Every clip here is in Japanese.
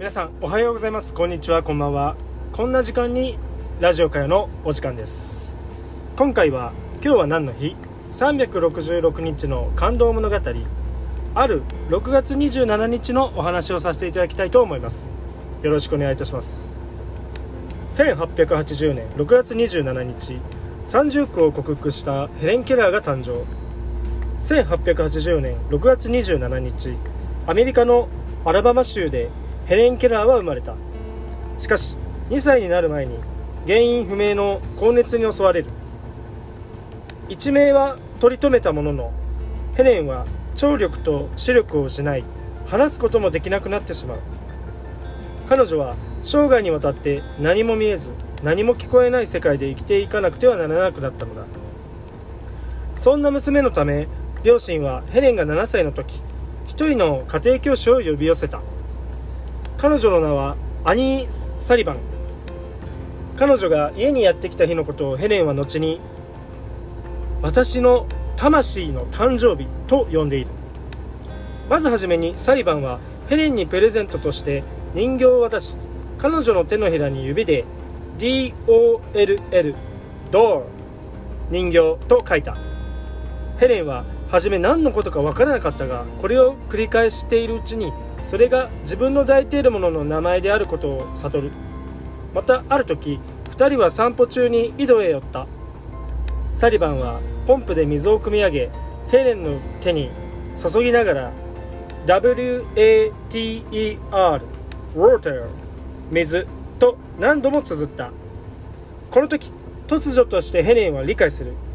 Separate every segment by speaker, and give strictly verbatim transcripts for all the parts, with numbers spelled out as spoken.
Speaker 1: 皆さんおはようございます。こんにちは、こんばんは。こんな時間にラジオ会のお時間です。今回は今日は何の日さんびゃくろくじゅうろくにちの感動物語、あるろくがつにじゅうしちにちのお話をさせていただきたいと思います。よろしくお願いいたします。せんはっぴゃくはちじゅうねんろくがつにじゅうしちにち、さんじゅうくを克服したヘレン・ケラーが誕生。せんはっぴゃくはちじゅうねんろくがつにじゅうしちにち、アメリカのアラバマ州でヘレン・ケラーは生まれた。しかしにさいになる前に原因不明の高熱に襲われる。一命は取り留めたものの、ヘレンは聴力と視力を失い、話すこともできなくなってしまう。彼女は生涯にわたって何も見えず何も聞こえない世界で生きていかなくてはならなくなったのだ。そんな娘のため、両親はヘレンがななさいの時、一人の家庭教師を呼び寄せた。彼女の名はアニー・サリバン。彼女が家にやってきた日のことをヘレンは後に私の魂の誕生日と呼んでいる。まずはじめにサリバンはヘレンにプレゼントとして人形を渡し、彼女の手のひらに指で ドール ドー人形と書いた。ヘレンははじめ何のことか分からなかったが、これを繰り返しているうちにそれが自分の抱いているものの名前であることを悟る。またある時、ふたりは散歩中に井戸へ寄った。サリバンはポンプで水を汲み上げ、ヘレンの手に注ぎながら ダブリューエーティーイーアール Water 水と何度も綴った。この時、突如としてヘレンは理解する。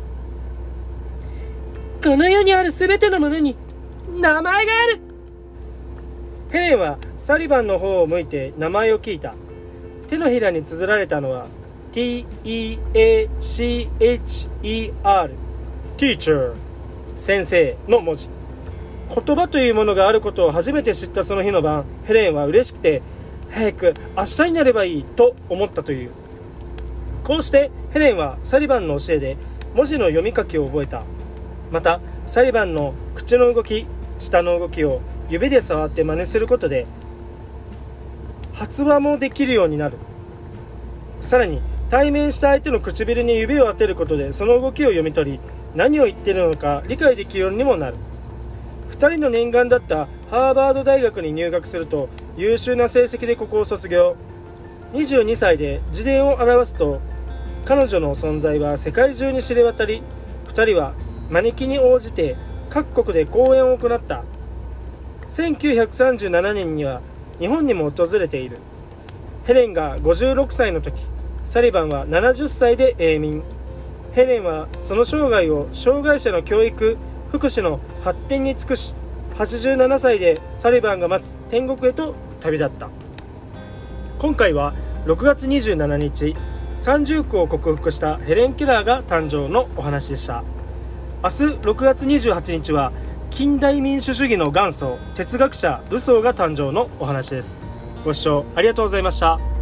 Speaker 1: この世にあるすべてのものに名前がある。ヘレンはサリバンの方を向いて名前を聞いた。手のひらに綴られたのは ティーイーエーシーエイチイーアール Teacher 先生の文字。言葉というものがあることを初めて知ったその日の晩、ヘレンは嬉しくて早く明日になればいいと思ったという。こうしてヘレンはサリバンの教えで文字の読み書きを覚えた。またサリバンの口の動き、舌の動きを指で触って真似することで発話もできるようになる。さらに対面した相手の唇に指を当てることでその動きを読み取り、何を言っているのか理解できるようにもなる。ふたりの念願だったハーバード大学に入学すると優秀な成績でここを卒業。にじゅうにさいで自伝を表すと、彼女の存在は世界中に知れ渡り、ふたりは招きに応じて各国で講演を行った。せんきゅうひゃくさんじゅうななねんには日本にも訪れている。ヘレンがごじゅうろくさいの時、サリバンはななじゅっさいで永眠。ヘレンはその生涯を障害者の教育・福祉の発展に尽くし、はちじゅうななさいでサリバンが待つ天国へと旅立った。今回はろくがつにじゅうしちにち、さんじゅうくを克服したヘレン・ケラーが誕生のお話でした。明日ろくがつにじゅうはちにちは近代民主主義の元祖哲学者ルソーが誕生のお話です。ご視聴ありがとうございました。